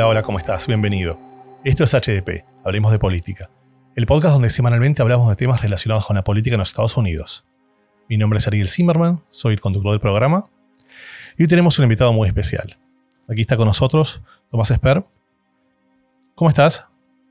Hola, hola, ¿cómo estás? Bienvenido. Esto es HDP, Hablemos de Política, el podcast donde semanalmente hablamos de temas relacionados con la política en los Estados Unidos. Mi nombre es Ariel Zimmerman, soy el conductor del programa, y hoy tenemos un invitado muy especial. Aquí está con nosotros Tomás Esper. ¿Cómo estás?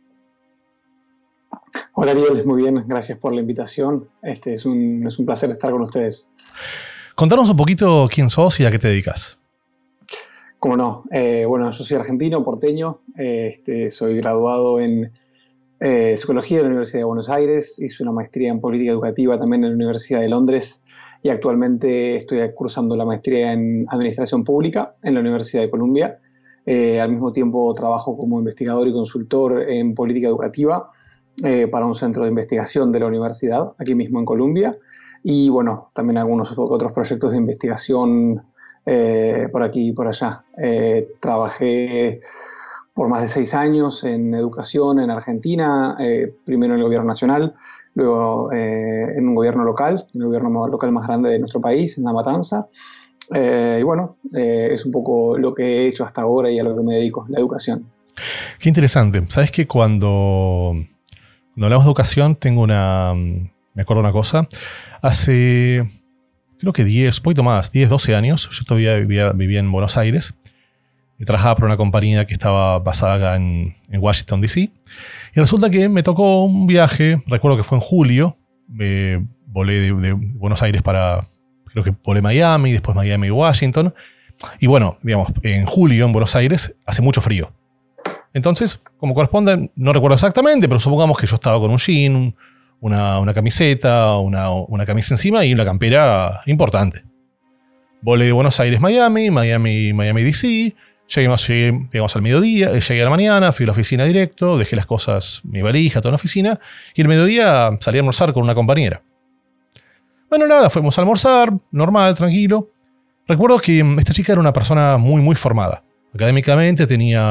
Hola Ariel, muy bien, gracias por la invitación. Es un placer estar con ustedes. Contanos un poquito quién sos y a qué te dedicas. Cómo no, bueno, yo soy argentino, porteño, soy graduado en Psicología de la Universidad de Buenos Aires, hice una maestría en Política Educativa también en la Universidad de Londres y actualmente estoy cursando la maestría en Administración Pública en la Universidad de Columbia. Al mismo tiempo trabajo como investigador y consultor en Política Educativa para un centro de investigación de la universidad, aquí mismo en Columbia, y bueno, también algunos otros proyectos de investigación por aquí y por allá. Trabajé por más de 6 años en educación en Argentina, primero en el gobierno nacional, luego en un gobierno local, en el gobierno local más grande de nuestro país, en La Matanza. Y bueno, es un poco lo que he hecho hasta ahora y a lo que me dedico, la educación. Qué interesante. Sabes que cuando hablamos de educación, me acuerdo una cosa. Hace, creo que 10, poquito más, 10, 12 años, yo todavía vivía en Buenos Aires. Y trabajaba para una compañía que estaba basada acá en Washington, D.C. Y resulta que me tocó un viaje, recuerdo que fue en julio. Volé de Buenos Aires creo que volé Miami, después Miami y Washington. Y bueno, digamos, en julio en Buenos Aires hace mucho frío. Entonces, como corresponde, no recuerdo exactamente, pero supongamos que yo estaba con un jean, una camiseta, una camisa encima y una campera importante. Volé de Buenos Aires, Miami, DC. Llegué al mediodía, llegué a la mañana, fui a la oficina directo, dejé las cosas, mi valija, toda en la oficina, y el mediodía salí a almorzar con una compañera. Bueno, nada, fuimos a almorzar, normal, tranquilo. Recuerdo que esta chica era una persona muy, muy formada. Académicamente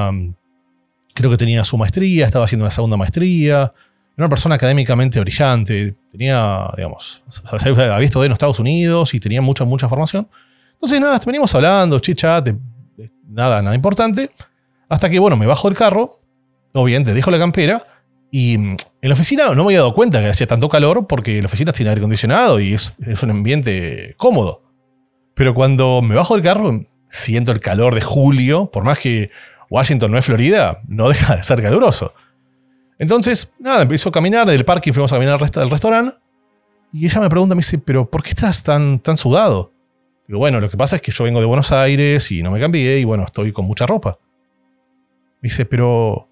creo que tenía su maestría, estaba haciendo una segunda maestría. Era una persona académicamente brillante. Digamos, había estudiado en Estados Unidos y tenía mucha, mucha formación. Entonces, nada, venimos hablando, chit-chat, nada importante. Hasta que, bueno, me bajo del carro, obviamente dejo la campera, y en la oficina no me había dado cuenta que hacía tanto calor porque la oficina tiene aire acondicionado y es un ambiente cómodo. Pero cuando me bajo del carro, siento el calor de julio, por más que Washington no es Florida, no deja de ser caluroso. Entonces, nada, empiezo a caminar, del parking fuimos a caminar al restaurante, y ella me pregunta, me dice, ¿pero por qué estás tan sudado? Digo, bueno, lo que pasa es que yo vengo de Buenos Aires y no me cambié, y bueno, estoy con mucha ropa. Me dice, pero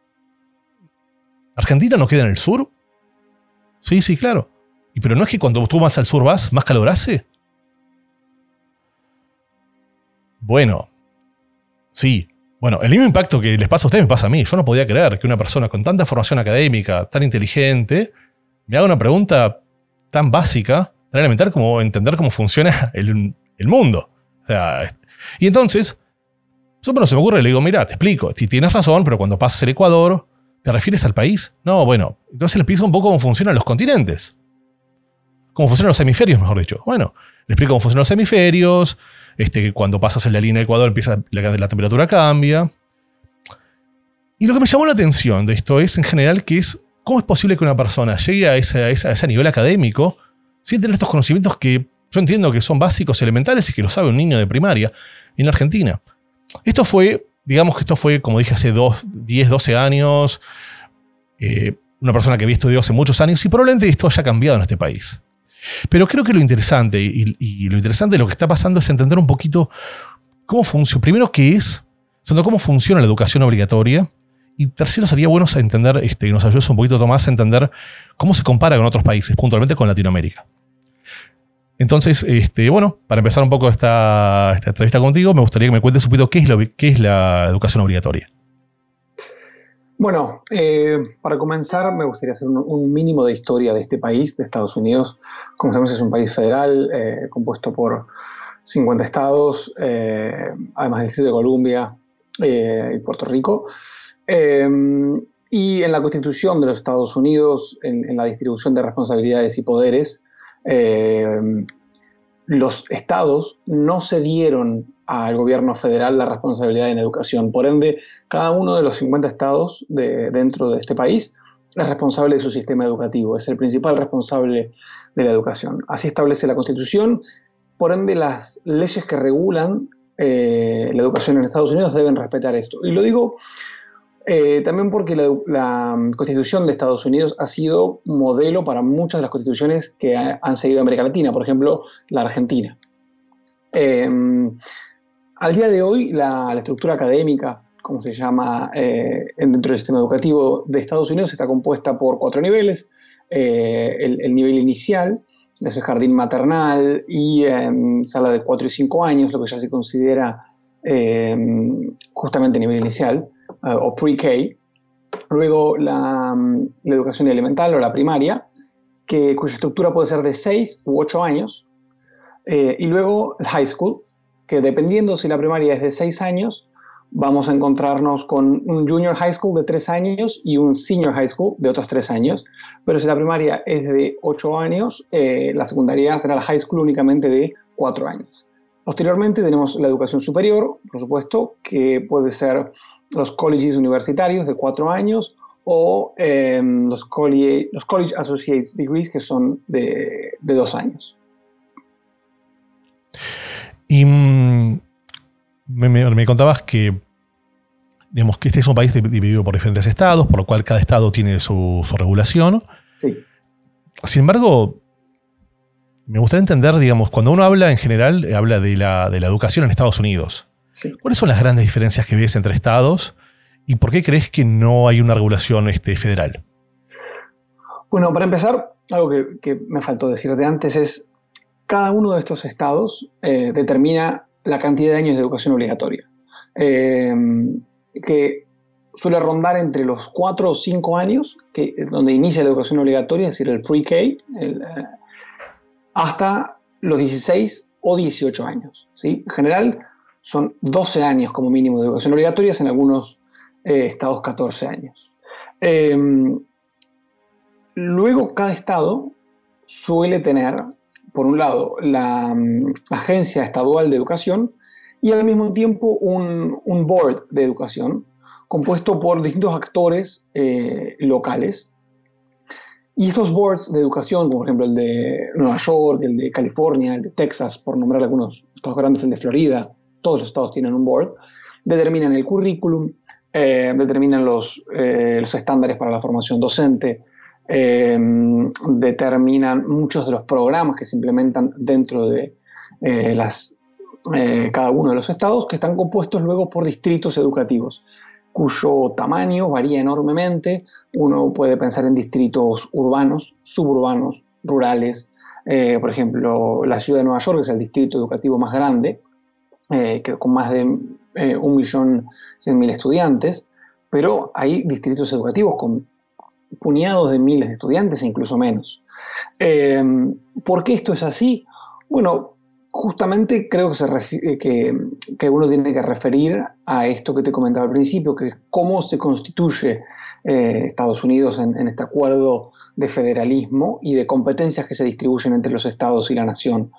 ¿Argentina no queda en el sur? Sí, claro. Pero ¿no es que cuando tú más al sur vas, más calor hace? Bueno, sí. Bueno, el mismo impacto que les pasa a ustedes me pasa a mí. Yo no podía creer que una persona con tanta formación académica, tan inteligente, me haga una pregunta tan básica, tan elemental como entender cómo funciona el mundo. O sea, y entonces, eso se me ocurre, le digo, mira, te explico, si tienes razón, pero cuando pasas el Ecuador, ¿te refieres al país? No, bueno, entonces le explico un poco cómo funcionan los continentes. Cómo funcionan los hemisferios, mejor dicho. Bueno, le explico cómo funcionan los hemisferios, cuando pasas en la línea de Ecuador la temperatura cambia. Y lo que me llamó la atención de esto es, en general, cómo es posible que una persona llegue a ese nivel académico sin tener estos conocimientos que yo entiendo que son básicos, elementales y que lo sabe un niño de primaria en Argentina. Esto fue, como dije, hace 10, 12 años, una persona que había estudiado hace muchos años y probablemente esto haya cambiado en este país. Pero creo que lo interesante, y lo interesante de lo que está pasando es entender un poquito cómo funciona, primero qué es, segundo cómo funciona la educación obligatoria, y tercero sería bueno entender, que nos ayudes un poquito Tomás a entender cómo se compara con otros países, puntualmente con Latinoamérica. Entonces, bueno, para empezar un poco esta entrevista contigo, me gustaría que me cuentes un poquito qué es la educación obligatoria. Bueno, para comenzar me gustaría hacer un mínimo de historia de este país, de Estados Unidos. Como sabemos, es un país federal compuesto por 50 estados, además del Distrito de Columbia y Puerto Rico. Y en la Constitución de los Estados Unidos, en la distribución de responsabilidades y poderes, los estados no cedieron al gobierno federal la responsabilidad en educación. Por ende, cada uno de los 50 estados dentro de este país es responsable de su sistema educativo, es el principal responsable de la educación. Así establece la Constitución. Por ende, las leyes que regulan la educación en Estados Unidos deben respetar esto. Y lo digo también porque la Constitución de Estados Unidos ha sido modelo para muchas de las constituciones que han seguido América Latina, por ejemplo, la Argentina. Al día de hoy, la estructura académica, como se llama dentro del sistema educativo de Estados Unidos, está compuesta por 4 niveles. El nivel inicial, es el jardín maternal y sala de 4 y 5 años, lo que ya se considera justamente nivel inicial, o pre-K. Luego la educación elemental o la primaria, cuya estructura puede ser de 6 u 8 años. Y luego el high school, que dependiendo si la primaria es de 6 años, vamos a encontrarnos con un junior high school de 3 años y un senior high school de otros 3 años. Pero si la primaria es de 8 años, la secundaria será la high school únicamente de 4 años. Posteriormente tenemos la educación superior, por supuesto, que puede ser los colleges universitarios de 4 años o los college associates degrees, que son de 2 años. Y me contabas que, digamos, que este es un país dividido por diferentes estados, por lo cual cada estado tiene su regulación. Sí. Sin embargo, me gustaría entender, digamos, cuando uno habla en general, habla de la educación en Estados Unidos. Sí. ¿Cuáles son las grandes diferencias que ves entre estados y por qué crees que no hay una regulación federal? Bueno, para empezar, algo que me faltó decirte antes es cada uno de estos estados determina la cantidad de años de educación obligatoria, que suele rondar entre los 4 o 5 años, donde inicia la educación obligatoria, es decir, el pre-K, hasta los 16 o 18 años. ¿Sí? En general, son 12 años como mínimo de educación obligatoria, en algunos estados 14 años. Luego, cada estado suele tener, por un lado, la Agencia Estadual de Educación y al mismo tiempo un board de educación compuesto por distintos actores locales. Y estos boards de educación, como por ejemplo el de Nueva York, el de California, el de Texas, por nombrar algunos estados grandes, el de Florida, todos los estados tienen un board, determinan el currículum, determinan los estándares para la formación docente, determinan muchos de los programas que se implementan dentro de cada uno de los estados, que están compuestos luego por distritos educativos, cuyo tamaño varía enormemente. Uno puede pensar en distritos urbanos, suburbanos, rurales. Por ejemplo, la ciudad de Nueva York es el distrito educativo más grande, con más de 1.100.000 estudiantes, pero hay distritos educativos con puñados de miles de estudiantes e incluso menos. ¿Por qué esto es así? Bueno, justamente creo que uno tiene que referir a esto que te comentaba al principio, que es cómo se constituye Estados Unidos en este acuerdo de federalismo y de competencias que se distribuyen entre los estados y la nación.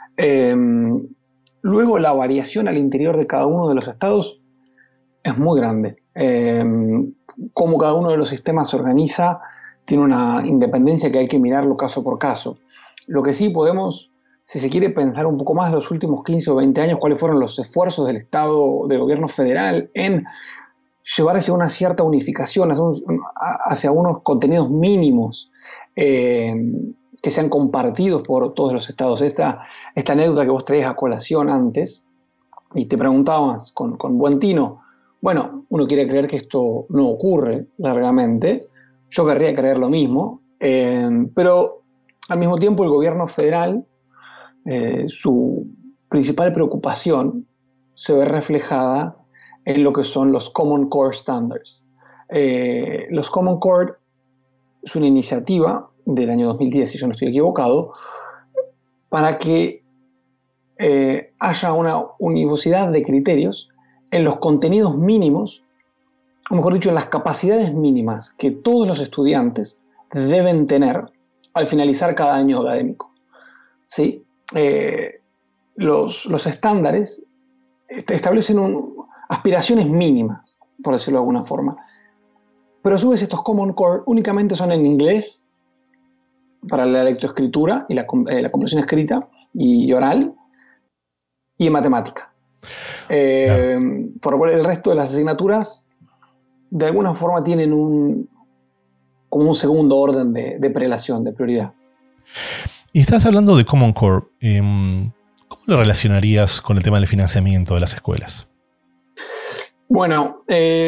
Luego, la variación al interior de cada uno de los estados es muy grande. Cómo cada uno de los sistemas se organiza tiene una independencia que hay que mirarlo caso por caso. Lo que sí podemos, si se quiere, pensar un poco más de los últimos 15 o 20 años, cuáles fueron los esfuerzos del Estado, del gobierno federal, en llevar hacia una cierta unificación, hacia unos contenidos mínimos que sean compartidos por todos los estados. Esta anécdota que vos traías a colación antes, y te preguntabas con buen tino, bueno, uno quiere creer que esto no ocurre largamente, yo querría creer lo mismo, pero al mismo tiempo el gobierno federal, su principal preocupación se ve reflejada en lo que son los Common Core Standards. Los Common Core es una iniciativa del año 2010, si yo no estoy equivocado, para que haya una univocidad de criterios en los contenidos mínimos, o mejor dicho, en las capacidades mínimas que todos los estudiantes deben tener al finalizar cada año académico. ¿Sí? los estándares establecen aspiraciones mínimas, por decirlo de alguna forma. Pero a su vez estos Common Core únicamente son en inglés para la lectoescritura y la comprensión escrita y oral, y en matemática. Claro. Por lo cual el resto de las asignaturas de alguna forma tienen como un segundo orden de prelación, de prioridad. Y estás hablando de Common Core. ¿Cómo lo relacionarías con el tema del financiamiento de las escuelas? Bueno,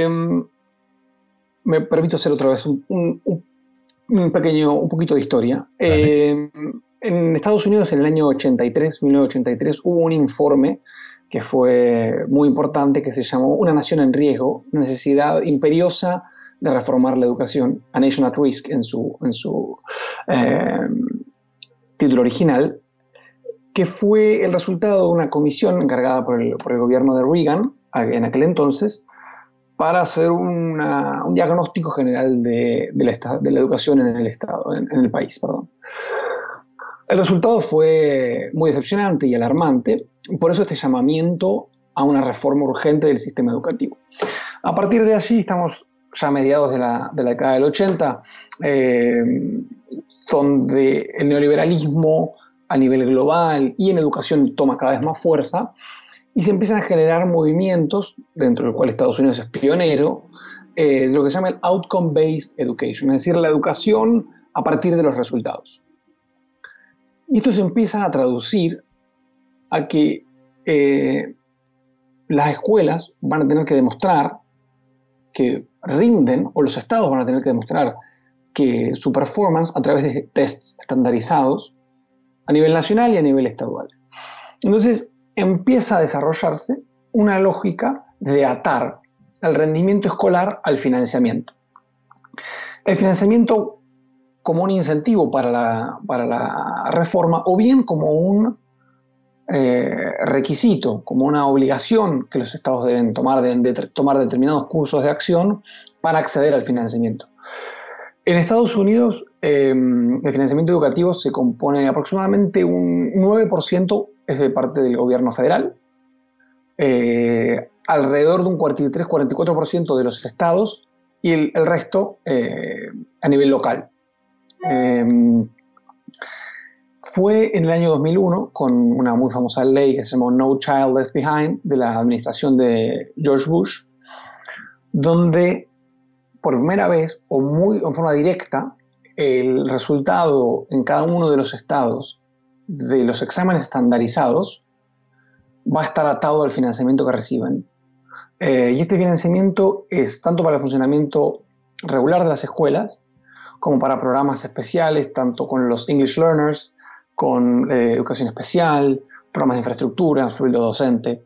me permito hacer otra vez un poquito de historia. En Estados Unidos, en el año 1983, hubo un informe que fue muy importante, que se llamó Una nación en riesgo, necesidad imperiosa de reformar la educación, A Nation at Risk en su título original, que fue el resultado de una comisión encargada por el gobierno de Reagan en aquel entonces, para hacer un diagnóstico general de la educación en el Estado, en el país, perdón. El resultado fue muy decepcionante y alarmante, por eso este llamamiento a una reforma urgente del sistema educativo. A partir de allí, estamos ya a mediados de la década del 80, donde el neoliberalismo a nivel global y en educación toma cada vez más fuerza, y se empiezan a generar movimientos, dentro del cual Estados Unidos es pionero, de lo que se llama el Outcome-Based Education, es decir, la educación a partir de los resultados. Y esto se empieza a traducir a que las escuelas van a tener que demostrar que rinden, o los estados van a tener que demostrar que su performance a través de tests estandarizados a nivel nacional y a nivel estadual. Entonces empieza a desarrollarse una lógica de atar el rendimiento escolar al financiamiento. El financiamiento como un incentivo para la reforma, o bien como un requisito, como una obligación que los estados deben tomar determinados cursos de acción para acceder al financiamiento. En Estados Unidos, el financiamiento educativo se compone aproximadamente un 9% es de parte del gobierno federal, alrededor de un 43-44% de los estados, y el resto a nivel local. Fue en el año 2001, con una muy famosa ley que se llamó No Child Left Behind, de la administración de George Bush, donde por primera vez, o muy en forma directa, el resultado en cada uno de los estados de los exámenes estandarizados va a estar atado al financiamiento que reciben. Y este financiamiento es tanto para el funcionamiento regular de las escuelas, como para programas especiales, tanto con los English Learners, con educación especial, programas de infraestructura, sueldo docente.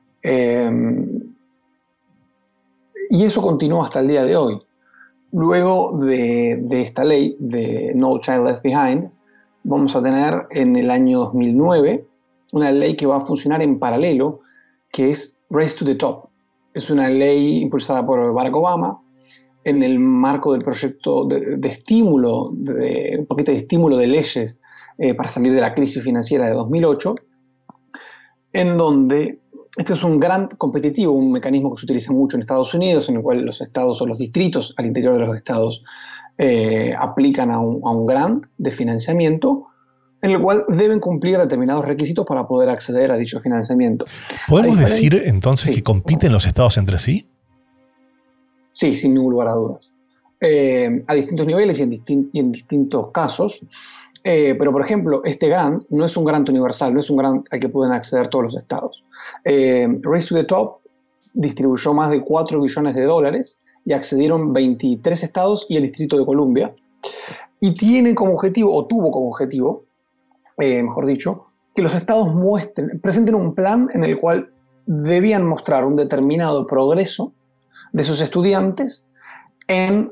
Y eso continúa hasta el día de hoy. Luego de esta ley de No Child Left Behind, vamos a tener en el año 2009 una ley que va a funcionar en paralelo, que es Race to the Top. Es una ley impulsada por Barack Obama en el marco del proyecto de estímulo, un paquete de estímulo de leyes para salir de la crisis financiera de 2008, en donde este es un grant competitivo, un mecanismo que se utiliza mucho en Estados Unidos, en el cual los estados o los distritos al interior de los estados aplican a un grant de financiamiento, en el cual deben cumplir determinados requisitos para poder acceder a dicho financiamiento. ¿Podemos decir entonces que compiten los estados entre sí? Sí, sin ningún lugar a dudas. A distintos niveles y en distintos casos. Pero, por ejemplo, este grant no es un grant universal, no es un grant al que pueden acceder todos los estados. Race to the Top distribuyó más de 4 billones de dólares y accedieron 23 estados y el Distrito de Columbia. Y tiene como objetivo, o tuvo como objetivo, mejor dicho, que los estados presenten un plan en el cual debían mostrar un determinado progreso de sus estudiantes en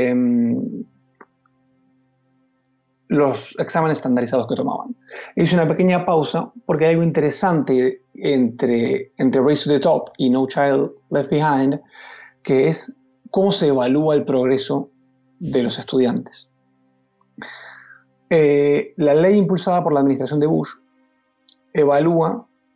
los exámenes estandarizados que tomaban. Hice una pequeña pausa porque hay algo interesante entre Race to the Top y No Child Left Behind, que es cómo se evalúa el progreso de los estudiantes. La ley impulsada por la administración de Bush evalúa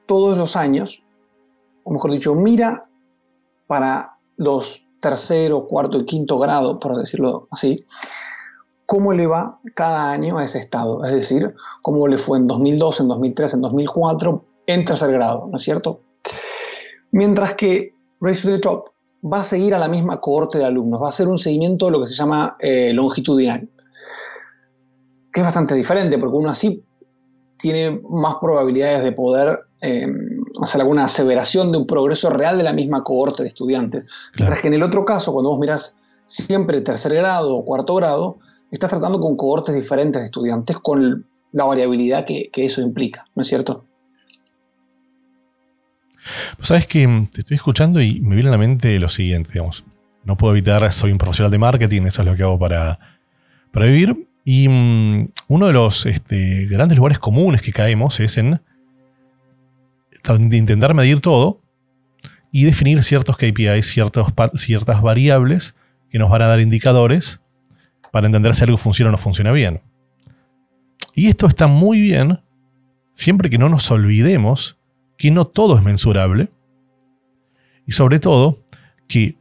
todos los años, o mejor dicho, mira para los tercero, cuarto y quinto grado, por decirlo así, cómo le va cada año a ese estado, es decir, cómo le fue en 2002, en 2003, en 2004, en tercer grado, ¿no es cierto? Mientras que Race to the Top va a seguir a la misma cohorte de alumnos, va a hacer un seguimiento de lo que se llama longitudinal, que es bastante diferente, porque uno así tiene más probabilidades de poder hacer alguna aseveración de un progreso real de la misma cohorte de estudiantes. Claro. Mientras que en el otro caso, cuando vos mirás siempre tercer grado o cuarto grado, estás tratando con cohortes diferentes de estudiantes con la variabilidad que eso implica, ¿no es cierto? Sabes que te estoy escuchando y me viene a la mente lo siguiente, digamos. No puedo evitar, soy un profesional de marketing, eso es lo que hago para vivir. Y uno de los grandes lugares comunes que caemos es en intentar medir todo y definir ciertos KPIs, ciertas variables que nos van a dar indicadores para entender si algo funciona o no funciona bien. Y esto está muy bien siempre que no nos olvidemos que no todo es mensurable y sobre todo que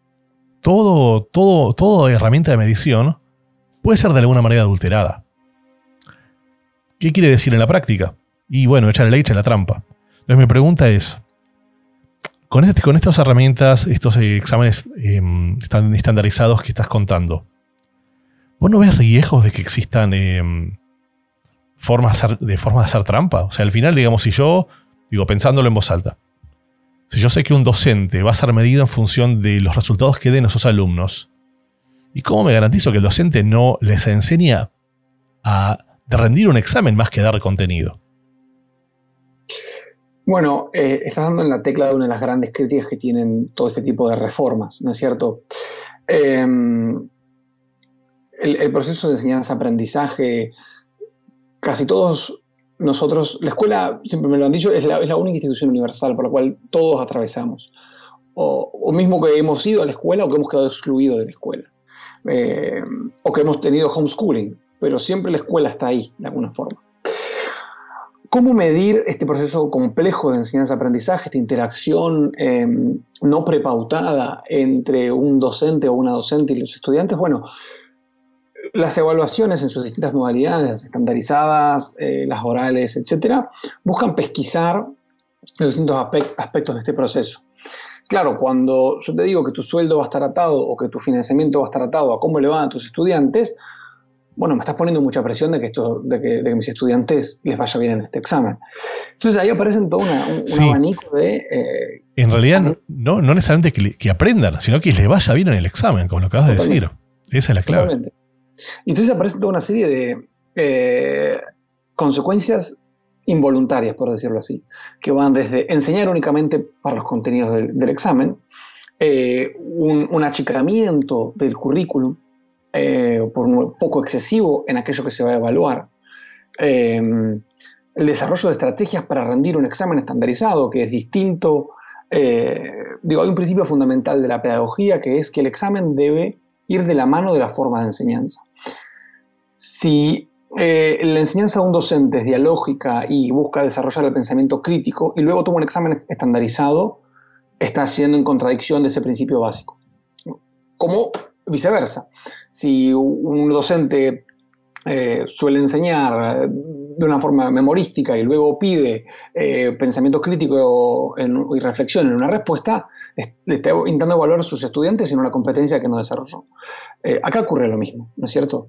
toda herramienta de medición puede ser de alguna manera adulterada. ¿Qué quiere decir en la práctica? Y bueno, echa la ley, echa la trampa. Entonces mi pregunta es, con estas herramientas, estos exámenes estandarizados que estás contando, ¿vos no ves riesgos de que existan formas de hacer trampa? O sea, al final, digamos, si yo, pensándolo en voz alta, si yo sé que un docente va a ser medido en función de los resultados que den esos alumnos, ¿y cómo me garantizo que el docente no les enseña a rendir un examen más que dar contenido? Bueno, estás dando en la tecla de una de las grandes críticas que tienen todo este tipo de reformas, ¿no es cierto? El proceso de enseñanza-aprendizaje, casi todos nosotros, la escuela, siempre me lo han dicho, es la única institución universal por la cual todos atravesamos. O mismo que hemos ido a la escuela o que hemos quedado excluidos de la escuela. O que hemos tenido homeschooling, pero siempre la escuela está ahí, de alguna forma. ¿Cómo medir este proceso complejo de enseñanza-aprendizaje, esta interacción no prepautada entre un docente o una docente y los estudiantes? Bueno, las evaluaciones en sus distintas modalidades, las estandarizadas, las orales, etcétera, buscan pesquisar los distintos aspectos de este proceso. Claro, cuando yo te digo que tu sueldo va a estar atado o que tu financiamiento va a estar atado a cómo le van a tus estudiantes, bueno, me estás poniendo mucha presión de que mis estudiantes les vaya bien en este examen. Entonces ahí aparecen todo un abanico de... en realidad no necesariamente que aprendan, sino que les vaya bien en el examen, como lo acabas de decir. Esa es la clave. Totalmente. Y entonces aparece toda una serie de consecuencias involuntarias, por decirlo así, que van desde enseñar únicamente para los contenidos del examen, un achicamiento del currículum por un poco excesivo en aquello que se va a evaluar, el desarrollo de estrategias para rendir un examen estandarizado, que es distinto. Hay un principio fundamental de la pedagogía, que es que el examen debe ir de la mano de la forma de enseñanza. Si la enseñanza de un docente es dialógica y busca desarrollar el pensamiento crítico y luego toma un examen estandarizado, está siendo en contradicción de ese principio básico. Como viceversa. Si un docente suele enseñar de una forma memorística y luego pide pensamiento crítico y reflexión en una respuesta, le está intentando evaluar a sus estudiantes en una competencia que no desarrolló. Acá ocurre lo mismo, ¿no es cierto?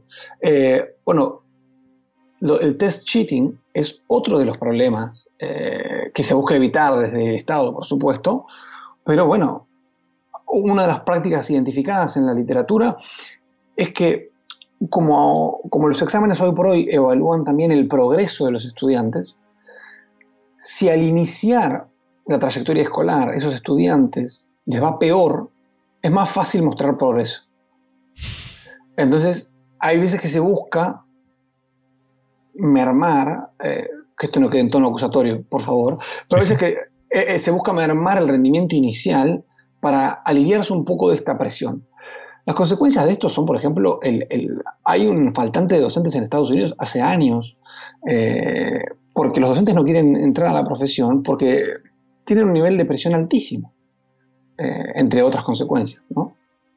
El test cheating es otro de los problemas que se busca evitar desde el Estado, por supuesto, pero bueno, una de las prácticas identificadas en la literatura es que como los exámenes hoy por hoy evalúan también el progreso de los estudiantes, si al iniciar la trayectoria escolar esos estudiantes les va peor, es más fácil mostrar progreso. Entonces, hay veces que se busca mermar, que esto no quede en tono acusatorio, por favor, pero a veces que se busca mermar el rendimiento inicial para aliviarse un poco de esta presión. Las consecuencias de esto son, por ejemplo, hay un faltante de docentes en Estados Unidos hace años, porque los docentes no quieren entrar a la profesión porque tienen un nivel de presión altísimo, entre otras consecuencias, ¿no?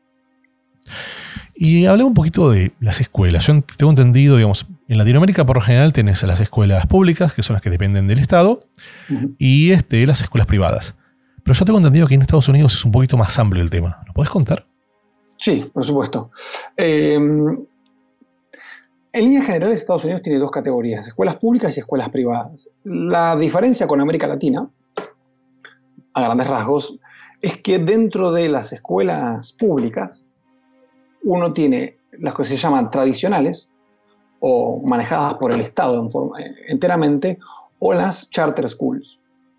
Y hablemos un poquito de las escuelas. Yo tengo entendido, digamos, en Latinoamérica por lo general tenés a las escuelas públicas, que son las que dependen del Estado, y las escuelas privadas. Pero yo tengo entendido que en Estados Unidos es un poquito más amplio el tema. ¿Lo podés contar? Sí, por supuesto. En líneas generales, Estados Unidos tiene dos categorías, escuelas públicas y escuelas privadas. La diferencia con América Latina, a grandes rasgos, es que dentro de las escuelas públicas, uno tiene las que se llaman tradicionales o manejadas por el Estado enteramente, o las charter schools.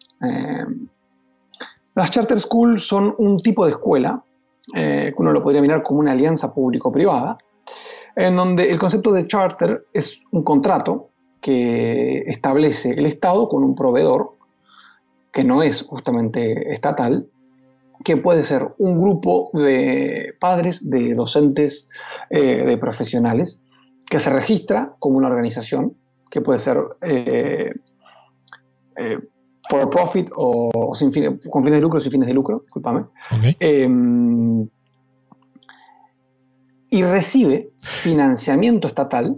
Las charter schools son un tipo de escuela que uno lo podría mirar como una alianza público-privada, en donde el concepto de charter es un contrato que establece el Estado con un proveedor que no es justamente estatal, que puede ser un grupo de padres, de docentes, de profesionales, que se registra como una organización, que puede ser for profit o con fines de lucro, sin fines de lucro, discúlpame. Okay. Y recibe financiamiento estatal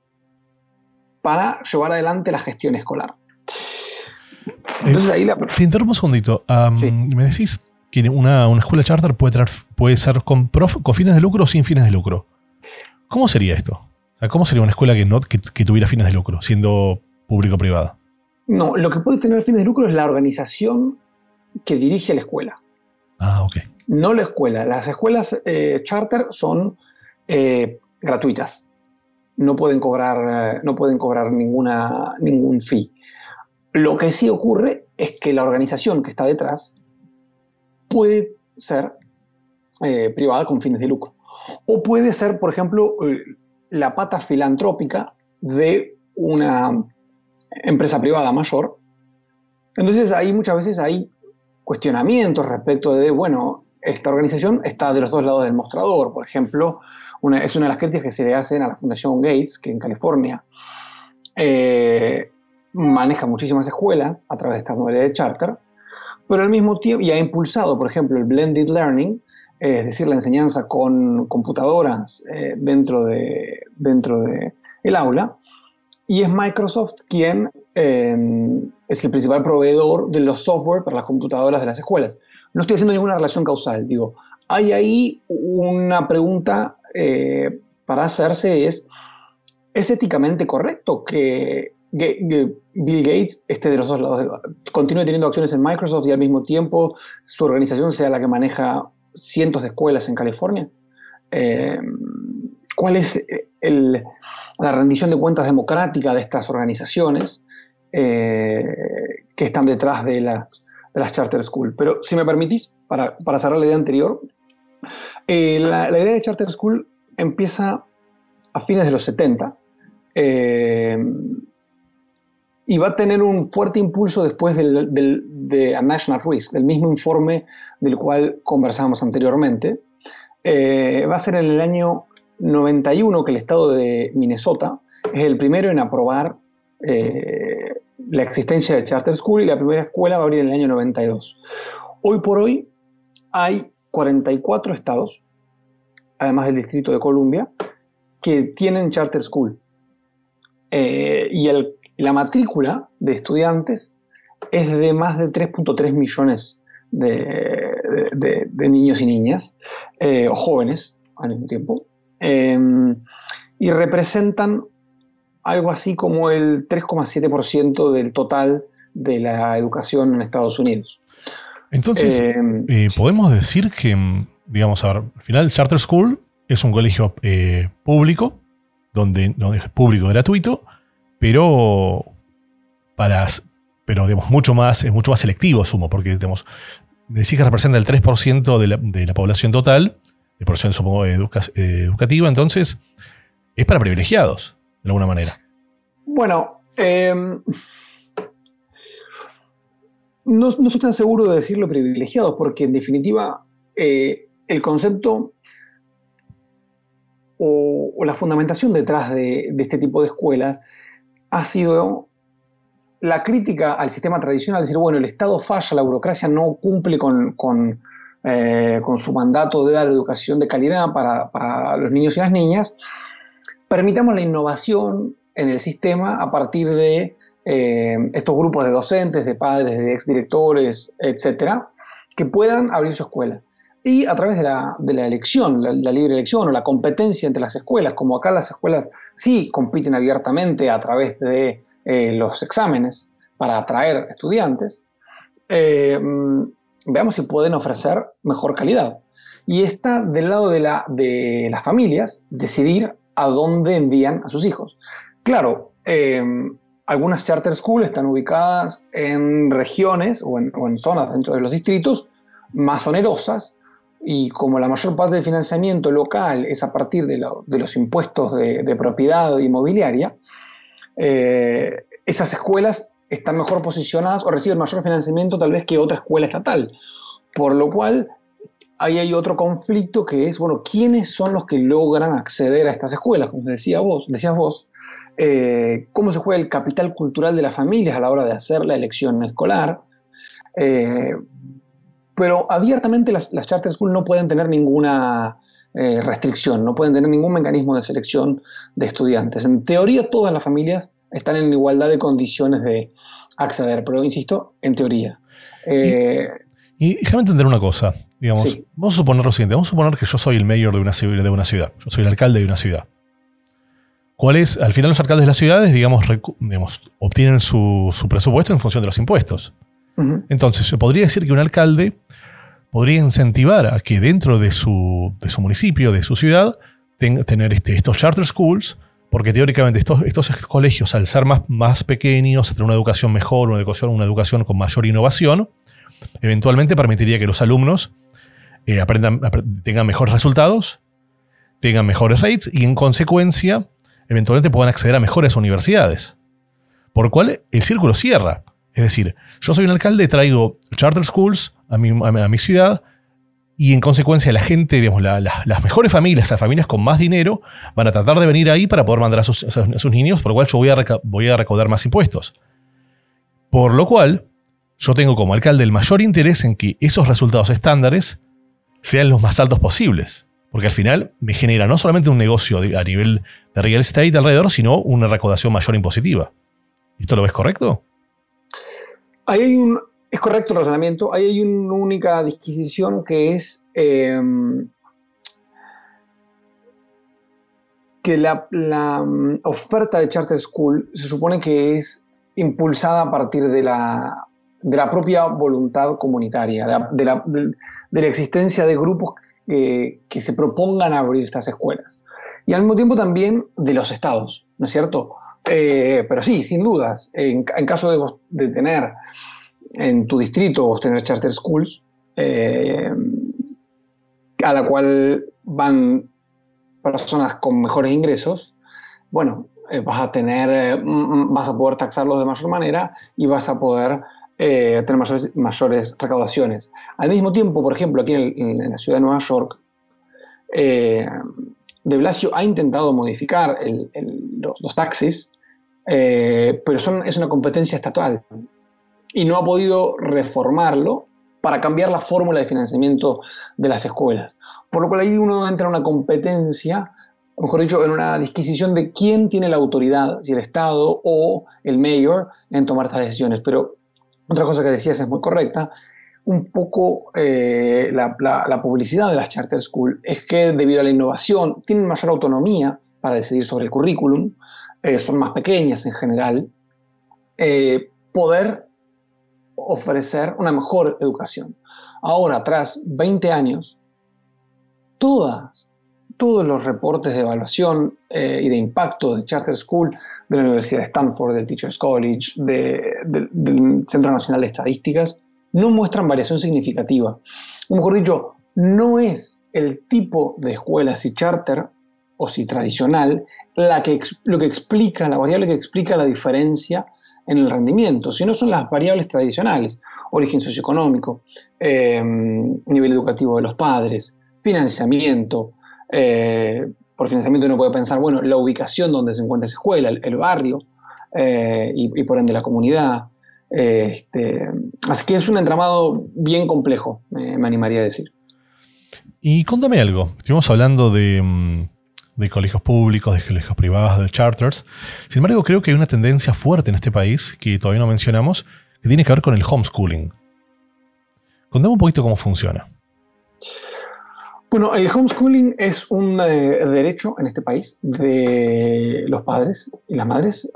para llevar adelante la gestión escolar. Entonces, te interrumpo un segundito. Sí. Me decís que una escuela charter puede ser con fines de lucro o sin fines de lucro. ¿Cómo sería esto? O sea, ¿cómo sería una escuela que tuviera fines de lucro, siendo público-privada? No, lo que puede tener fines de lucro es la organización que dirige la escuela. Ah, ok. No la escuela. Las escuelas charter son gratuitas. No pueden cobrar ningún fee. Lo que sí ocurre es que la organización que está detrás puede ser privada con fines de lucro. O puede ser, por ejemplo, la pata filantrópica de una empresa privada mayor. Entonces ahí muchas veces hay cuestionamientos respecto de, bueno, esta organización está de los dos lados del mostrador. Por ejemplo, es una de las críticas que se le hacen a la Fundación Gates, que en California maneja muchísimas escuelas a través de esta modalidad de charter, pero al mismo tiempo, y ha impulsado, por ejemplo, el blended learning, es decir, la enseñanza con computadoras dentro de el aula, y es Microsoft quien es el principal proveedor de los software para las computadoras de las escuelas. No estoy haciendo ninguna relación causal, digo, hay ahí una pregunta para hacerse, ¿es éticamente correcto que Bill Gates esté de los dos lados, continúe teniendo acciones en Microsoft y al mismo tiempo su organización sea la que maneja cientos de escuelas en California? ¿Cuál es la rendición de cuentas democrática de estas organizaciones que están detrás de las charter school? Pero si me permitís, para cerrar la idea anterior, la idea de charter school empieza a fines de los 70 y va a tener un fuerte impulso después de A National Risk, del mismo informe del cual conversábamos anteriormente. Va a ser en el año 91 que el estado de Minnesota es el primero en aprobar la existencia de Charter School, y la primera escuela va a abrir en el año 92. Hoy por hoy hay 44 estados, además del Distrito de Columbia, que tienen Charter School. Y la matrícula de estudiantes es de más de 3.3 millones de niños y niñas, o jóvenes al mismo tiempo, y representan algo así como el 3,7% del total de la educación en Estados Unidos. Entonces, podemos decir que, digamos, a ver, al final Charter School es un colegio público, donde es público gratuito, pero digamos, es mucho más selectivo, asumo, porque digamos, decís que representa el 3% de la población total, de población, supongo, educativa, entonces es para privilegiados, de alguna manera. Bueno, no estoy tan seguro de decirlo privilegiados, porque en definitiva el concepto o la fundamentación detrás de este tipo de escuelas ha sido la crítica al sistema tradicional, decir, bueno, el Estado falla, la burocracia no cumple con su mandato de dar educación de calidad para los niños y las niñas, permitamos la innovación en el sistema a partir de estos grupos de docentes, de padres, de exdirectores, etcétera, que puedan abrir su escuela. Y a través de la elección, la libre elección o la competencia entre las escuelas, como acá las escuelas sí compiten abiertamente a través de los exámenes para atraer estudiantes, veamos si pueden ofrecer mejor calidad. Y está del lado de las familias decidir a dónde envían a sus hijos. Claro, algunas charter schools están ubicadas en regiones o en zonas dentro de los distritos más onerosas, y como la mayor parte del financiamiento local es a partir de los impuestos de propiedad inmobiliaria, esas escuelas están mejor posicionadas o reciben mayor financiamiento tal vez que otra escuela estatal. Por lo cual, ahí hay otro conflicto que es, bueno, ¿quiénes son los que logran acceder a estas escuelas? Como decías vos, cómo se juega el capital cultural de las familias a la hora de hacer la elección escolar. Pero abiertamente las charter schools no pueden tener ninguna restricción, no pueden tener ningún mecanismo de selección de estudiantes. En teoría todas las familias están en igualdad de condiciones de acceder, pero insisto, en teoría. Y déjame entender una cosa, digamos, sí. Vamos a suponer lo siguiente, vamos a suponer que yo soy el mayor de una ciudad, yo soy el alcalde de una ciudad. ¿Cuál es? Al final los alcaldes de las ciudades, digamos obtienen su presupuesto en función de los impuestos. Uh-huh. Entonces, se podría decir que un alcalde podría incentivar a que dentro de su municipio, de su ciudad, tener estos charter schools, porque teóricamente estos colegios, al ser más pequeños, a tener una educación mejor, una educación con mayor innovación, eventualmente permitiría que los alumnos tengan mejores resultados, tengan mejores rates y en consecuencia eventualmente puedan acceder a mejores universidades. Por lo cual el círculo cierra. Es decir, yo soy un alcalde, traigo charter schools a mi ciudad y en consecuencia la gente, digamos, las mejores familias, las familias con más dinero, van a tratar de venir ahí para poder mandar a sus niños, por lo cual yo voy a recaudar más impuestos. Por lo cual, yo tengo como alcalde el mayor interés en que esos resultados estándares sean los más altos posibles. Porque al final me genera no solamente un negocio a nivel de real estate alrededor, sino una recaudación mayor impositiva. ¿Esto lo ves correcto? Es correcto el razonamiento. Ahí hay una única disquisición que es que la oferta de charter school se supone que es impulsada a partir de la propia voluntad comunitaria, de la existencia de grupos que se propongan abrir estas escuelas. Y al mismo tiempo también de los estados, ¿no es cierto? Pero sí, sin dudas, en caso de tener en tu distrito vos tener charter schools a la cual van personas con mejores ingresos, bueno, vas a poder taxarlos de mayor manera y vas a poder tener mayores recaudaciones. Al mismo tiempo, por ejemplo, aquí en la ciudad de Nueva York, de Blasio ha intentado modificar los taxis, pero es una competencia estatal y no ha podido reformarlo para cambiar la fórmula de financiamiento de las escuelas. Por lo cual ahí uno entra en una competencia, o mejor dicho, en una disquisición de quién tiene la autoridad, si el Estado o el mayor, en tomar estas decisiones. Pero otra cosa que decías es muy correcta. Un poco la publicidad de las charter schools es que debido a la innovación tienen mayor autonomía para decidir sobre el currículum, son más pequeñas en general, poder ofrecer una mejor educación. Ahora, tras 20 años, todos los reportes de evaluación y de impacto de Charter School de la Universidad de Stanford, del Teachers College, del Centro Nacional de Estadísticas, no muestran variación significativa. O mejor dicho, no es el tipo de escuela, si charter o si tradicional, la variable que explica la diferencia en el rendimiento, sino son las variables tradicionales: origen socioeconómico, nivel educativo de los padres, financiamiento. Por financiamiento uno puede pensar, bueno, la ubicación donde se encuentra esa escuela, el barrio, y por ende la comunidad. Así que es un entramado bien complejo, me animaría a decir. Y contame algo. Estuvimos hablando de colegios públicos, de colegios privados, de charters. Sin embargo, creo que hay una tendencia fuerte en este país, que todavía no mencionamos, que tiene que ver con el homeschooling. Contame un poquito cómo funciona. Bueno, el homeschooling es un derecho en este país de los padres y las madres,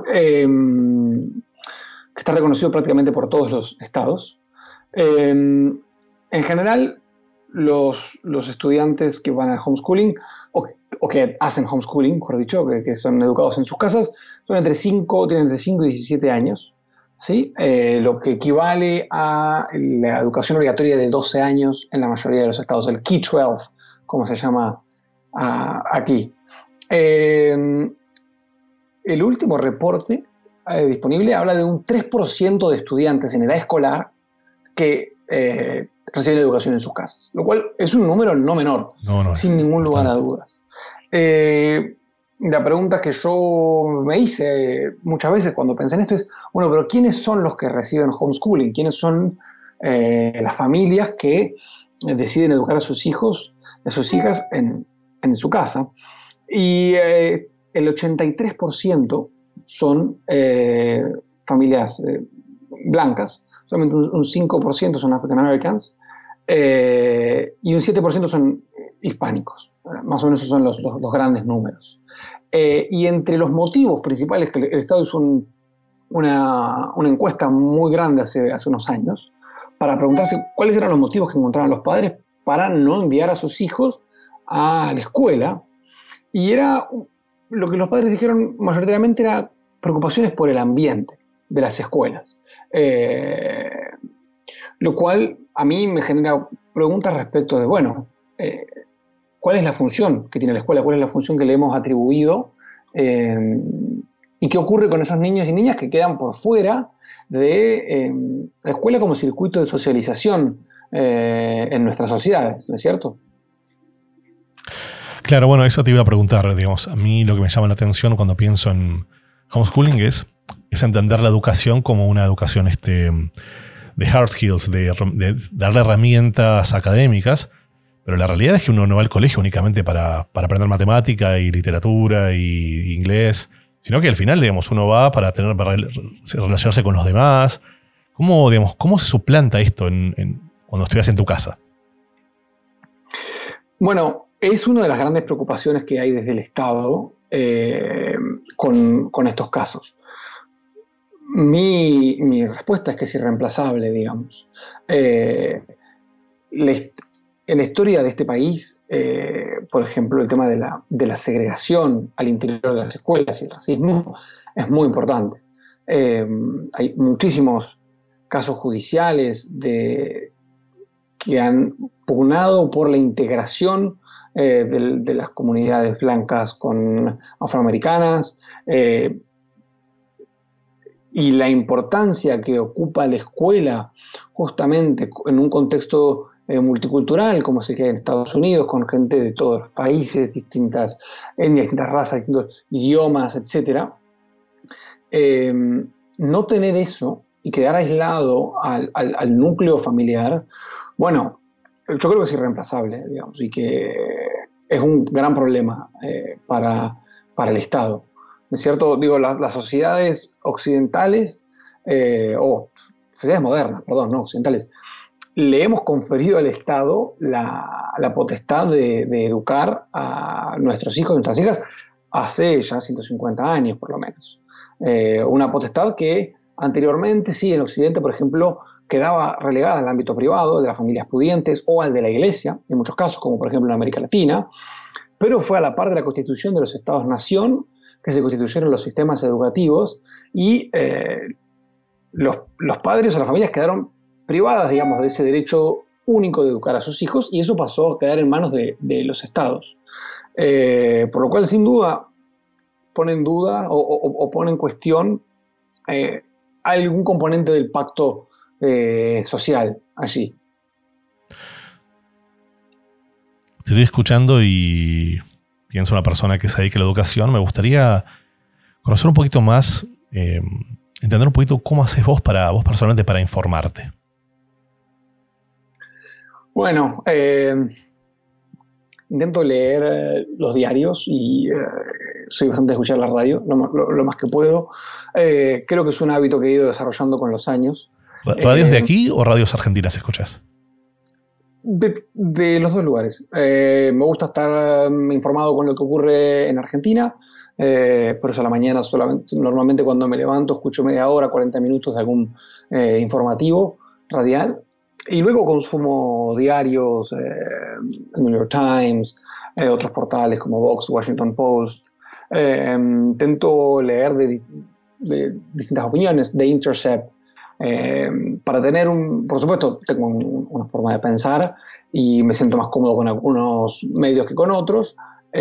que está reconocido prácticamente por todos los estados. En general, los estudiantes que van al homeschooling, o que hacen homeschooling, mejor dicho, que son educados en sus casas, tienen entre 5 y 17 años, ¿sí? Lo que equivale a la educación obligatoria de 12 años en la mayoría de los estados, el K-12, como se llama aquí. El último reporte disponible habla de un 3% de estudiantes en edad escolar que reciben educación en sus casas, lo cual es un número no menor, sin ningún lugar a dudas. La pregunta que yo me hice muchas veces cuando pensé en esto es, bueno, pero ¿quiénes son los que reciben homeschooling? ¿Quiénes son las familias que deciden educar a sus hijos, a sus hijas en su casa? Y el 83% son familias blancas, solamente un 5% son African Americans y un 7% son hispánicos. Más o menos esos son los grandes números. Y entre los motivos principales, que el Estado hizo una encuesta muy grande hace unos años para preguntarse cuáles eran los motivos que encontraban los padres para no enviar a sus hijos a la escuela. Y era lo que los padres dijeron mayoritariamente era preocupaciones por el ambiente de las escuelas. Lo cual a mí me genera preguntas respecto de, bueno, ¿cuál es la función que tiene la escuela? ¿Cuál es la función que le hemos atribuido? ¿Y qué ocurre con esos niños y niñas que quedan por fuera de la escuela como circuito de socialización en nuestras sociedades, ¿no es cierto? Claro, bueno, eso te iba a preguntar, digamos, a mí lo que me llama la atención cuando pienso en homeschooling es entender la educación como una educación de hard skills, de darle herramientas académicas, pero la realidad es que uno no va al colegio únicamente para aprender matemática y literatura y inglés, sino que al final, digamos, uno va para relacionarse con los demás. ¿Cómo se suplanta esto cuando estudias en tu casa? Bueno, es una de las grandes preocupaciones que hay desde el Estado con estos casos. Mi respuesta es que es irreemplazable, digamos. En la historia de este país, por ejemplo, el tema de la segregación al interior de las escuelas y el racismo es muy importante. Hay muchísimos casos judiciales que han pugnado por la integración de las comunidades blancas con afroamericanas, y la importancia que ocupa la escuela justamente en un contexto multicultural como se queda en Estados Unidos, con gente de todos los países, distintas razas, distintos idiomas, etc. No tener eso y quedar aislado al núcleo familiar, bueno, yo creo que es irreemplazable, digamos, y que es un gran problema para el Estado. ¿No es cierto? Digo, las sociedades occidentales, sociedades modernas, perdón, no occidentales, le hemos conferido al Estado la potestad de educar a nuestros hijos y nuestras hijas hace ya 150 años, por lo menos. Una potestad que anteriormente, sí, en Occidente, por ejemplo, quedaba relegada al ámbito privado, de las familias pudientes o al de la Iglesia, en muchos casos, como por ejemplo en América Latina, pero fue a la par de la constitución de los Estados-nación que se constituyeron los sistemas educativos y los padres o las familias quedaron privadas, digamos, de ese derecho único de educar a sus hijos, y eso pasó a quedar en manos de los estados. Por lo cual, sin duda, pone en duda o pone en cuestión algún componente del pacto social allí. Te estoy escuchando y pienso en una persona que se dedica a la educación. Me gustaría conocer un poquito más entender un poquito cómo haces vos personalmente para informarte. Bueno, intento leer los diarios y soy bastante de escuchar la radio, lo más que puedo. Creo que es un hábito que he ido desarrollando con los años. ¿Radios de aquí o radios argentinas escuchas? De los dos lugares. Me gusta estar informado con lo que ocurre en Argentina. Por eso a la mañana normalmente cuando me levanto escucho media hora, 40 minutos de algún informativo radial. Y luego consumo diarios, New York Times, otros portales como Vox, Washington Post. Intento leer de distintas opiniones, de Intercept, para tener por supuesto, tengo una forma de pensar y me siento más cómodo con algunos medios que con otros.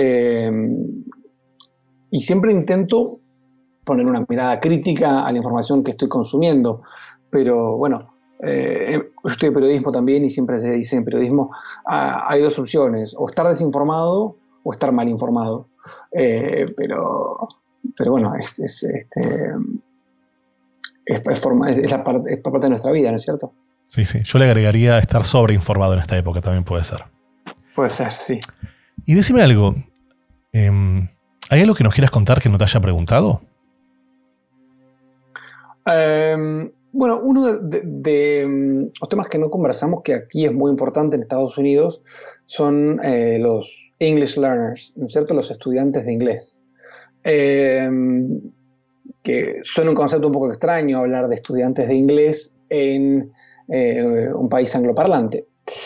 Y siempre intento poner una mirada crítica a la información que estoy consumiendo. Pero bueno, yo estudio periodismo también y siempre se dice en periodismo hay dos opciones, o estar desinformado o estar mal informado. Pero bueno, es parte de nuestra vida, ¿no es cierto? Sí. Yo le agregaría estar sobreinformado en esta época, también puede ser. Puede ser, sí. Y decime algo. ¿Hay algo que nos quieras contar que no te haya preguntado? Bueno, uno de los temas que no conversamos, que aquí es muy importante en Estados Unidos, son los English learners, ¿no es cierto? Los estudiantes de inglés. Que suena un concepto un poco extraño hablar de estudiantes de inglés en un país angloparlante.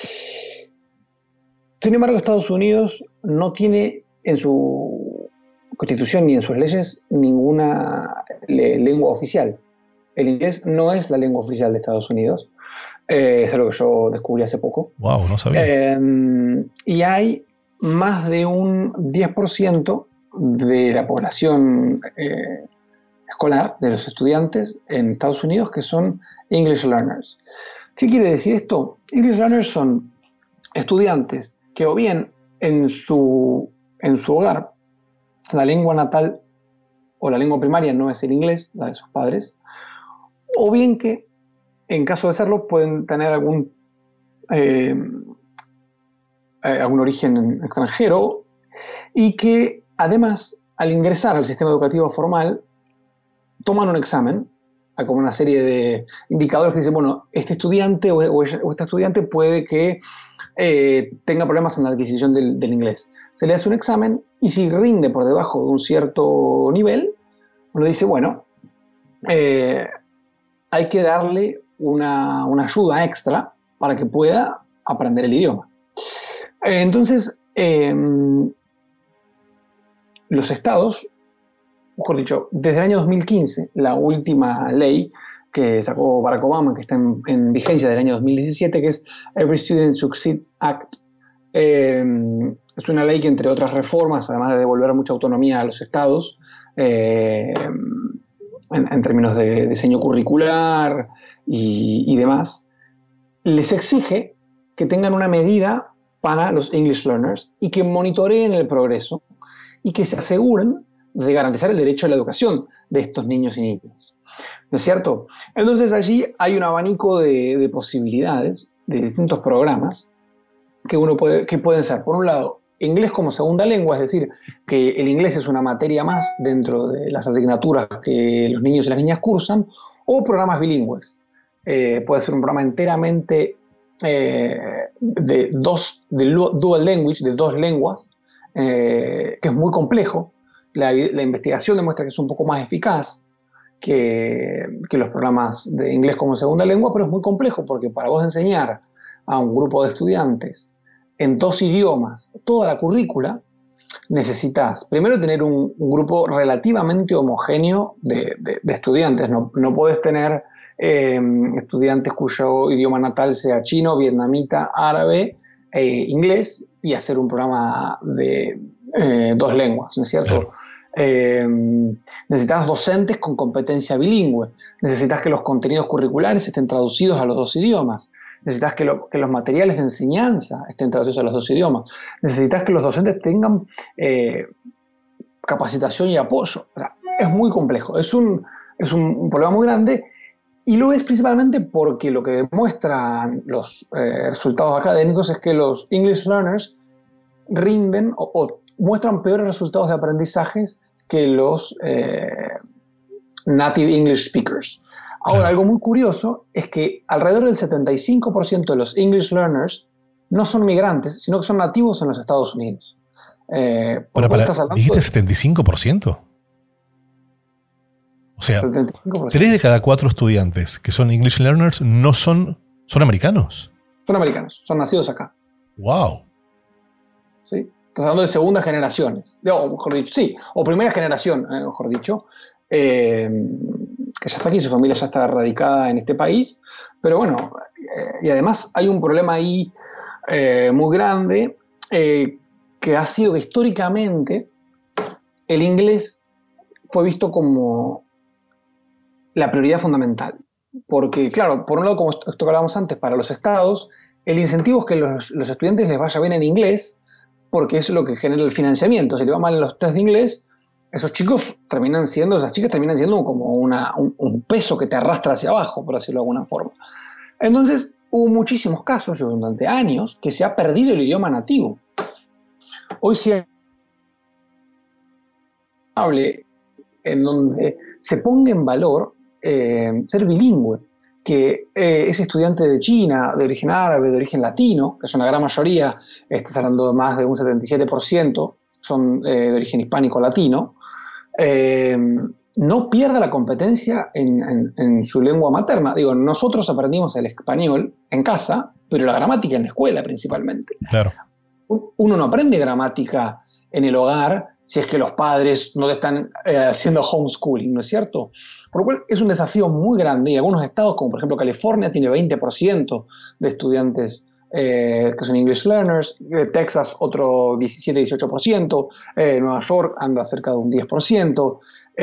Sin embargo, Estados Unidos no tiene en su constitución ni en sus leyes ninguna lengua oficial. El inglés no es la lengua oficial de Estados Unidos. Es algo que yo descubrí hace poco. Wow, no sabía. Y hay más de un 10% de la población escolar, de los estudiantes en Estados Unidos, que son English learners. ¿Qué quiere decir esto? English learners son estudiantes que o bien en su hogar la lengua natal o la lengua primaria no es el inglés, la de sus padres, o bien que en caso de serlo pueden tener algún origen extranjero y que además al ingresar al sistema educativo formal toman un examen, hay como una serie de indicadores que dicen, bueno, este estudiante o esta estudiante puede que tenga problemas en la adquisición del inglés. Se le hace un examen y si rinde por debajo de un cierto nivel, uno dice, bueno, hay que darle una ayuda extra para que pueda aprender el idioma. Entonces, los estados, mejor dicho, desde el año 2015, la última ley que sacó Barack Obama, que está en vigencia del año 2017, que es Every Student Succeed Act, es una ley que, entre otras reformas, además de devolver mucha autonomía a los estados, en términos de diseño curricular y demás, les exige que tengan una medida para los English learners y que monitoreen el progreso y que se aseguren de garantizar el derecho a la educación de estos niños y niñas. ¿No es cierto? Entonces allí hay un abanico de posibilidades, de distintos programas que pueden ser, por un lado, inglés como segunda lengua, es decir, que el inglés es una materia más dentro de las asignaturas que los niños y las niñas cursan, o programas bilingües. Puede ser un programa enteramente de dual language, de dos lenguas, que es muy complejo. La investigación demuestra que es un poco más eficaz que los programas de inglés como segunda lengua, pero es muy complejo porque para vos enseñar a un grupo de estudiantes en dos idiomas toda la currícula, necesitas primero tener un grupo relativamente homogéneo de estudiantes. No podés tener estudiantes cuyo idioma natal sea chino, vietnamita, árabe, inglés, y hacer un programa de dos lenguas, ¿no es cierto? Claro. Necesitas docentes con competencia bilingüe, necesitas que los contenidos curriculares estén traducidos a los dos idiomas, necesitas que los materiales de enseñanza estén traducidos a los dos idiomas, necesitas que los docentes tengan capacitación y apoyo. O sea, es muy complejo, es un es un problema muy grande, y lo es principalmente porque lo que demuestran los resultados académicos es que los English learners rinden o muestran peores resultados de aprendizajes que los native English speakers. Ahora, algo muy curioso es que alrededor del 75% de los English learners no son migrantes, sino que son nativos en los Estados Unidos. ¿Dijiste 75%? O sea, 75%. 3 de cada 4 estudiantes que son English learners no son americanos. Son americanos, son nacidos acá. ¡Wow! ¿Sí? Estás hablando de segundas generaciones, o mejor dicho, sí, o primera generación, mejor dicho, que ya está aquí, su familia ya está radicada en este país, pero bueno, y además hay un problema ahí muy grande, que ha sido que históricamente el inglés fue visto como la prioridad fundamental, porque claro, por un lado, como esto que hablábamos antes, para los estados, el incentivo es que los estudiantes les vaya bien en inglés, porque es lo que genera el financiamiento. Si le va mal en los test de inglés, esas chicas terminan siendo como un peso que te arrastra hacia abajo, por decirlo de alguna forma. Entonces, hubo muchísimos casos durante años que se ha perdido el idioma nativo. Hoy se hable en donde se ponga en valor ser bilingüe, que ese estudiante de China, de origen árabe, de origen latino, que son la gran mayoría, estás hablando de más de un 77%, son de origen hispánico latino, no pierda la competencia en su lengua materna. Digo, nosotros aprendimos el español en casa, pero la gramática en la escuela principalmente. Claro. Uno no aprende gramática en el hogar si es que los padres no están haciendo homeschooling, ¿no es cierto? Por lo cual es un desafío muy grande, y algunos estados, como por ejemplo California, tiene 20% de estudiantes que son English learners, Texas otro 17-18%, Nueva York anda cerca de un 10%.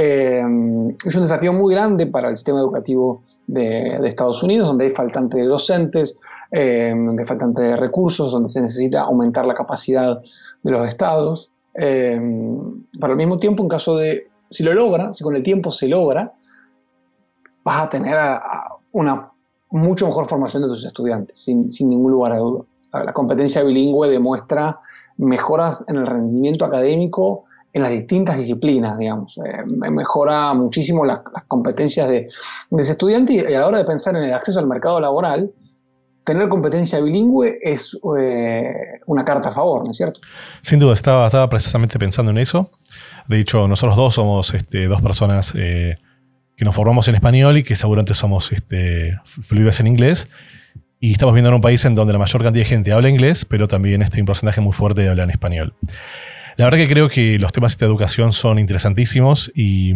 Es un desafío muy grande para el sistema educativo de Estados Unidos, donde hay faltante de docentes, donde hay faltante de recursos, donde se necesita aumentar la capacidad de los estados. Pero al mismo tiempo, en caso de, si con el tiempo se logra, vas a tener una mucho mejor formación de tus estudiantes, sin ningún lugar a duda. La competencia bilingüe demuestra mejoras en el rendimiento académico en las distintas disciplinas, digamos. Mejora muchísimo las competencias de ese estudiante, y a la hora de pensar en el acceso al mercado laboral, tener competencia bilingüe es una carta a favor, ¿no es cierto? Sin duda, estaba precisamente pensando en eso. De hecho, nosotros dos somos dos personas que nos formamos en español y que seguramente somos fluidos en inglés. Y estamos viendo en un país en donde la mayor cantidad de gente habla inglés, pero también hay un porcentaje muy fuerte de hablar en español. La verdad que creo que los temas de educación son interesantísimos y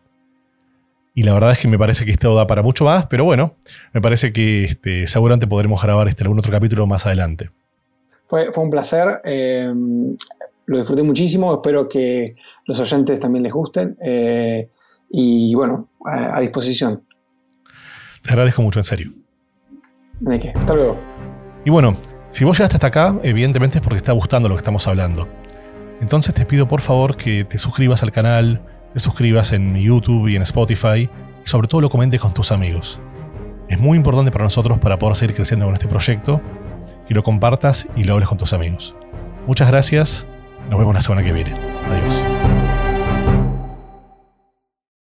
la verdad es que me parece que esto da para mucho más, pero bueno, me parece que seguramente podremos grabar algún otro capítulo más adelante. Fue un placer, lo disfruté muchísimo, espero que los oyentes también les gusten, y bueno, a disposición. Te agradezco mucho, en serio. ¿De qué? Hasta luego. Y bueno, si vos llegaste hasta acá, evidentemente es porque te está gustando lo que estamos hablando. Entonces te pido por favor que te suscribas al canal, te suscribas en YouTube y en Spotify, y sobre todo lo comentes con tus amigos. Es muy importante para nosotros para poder seguir creciendo con este proyecto, que lo compartas y lo hables con tus amigos. Muchas gracias, nos vemos la semana que viene. Adiós.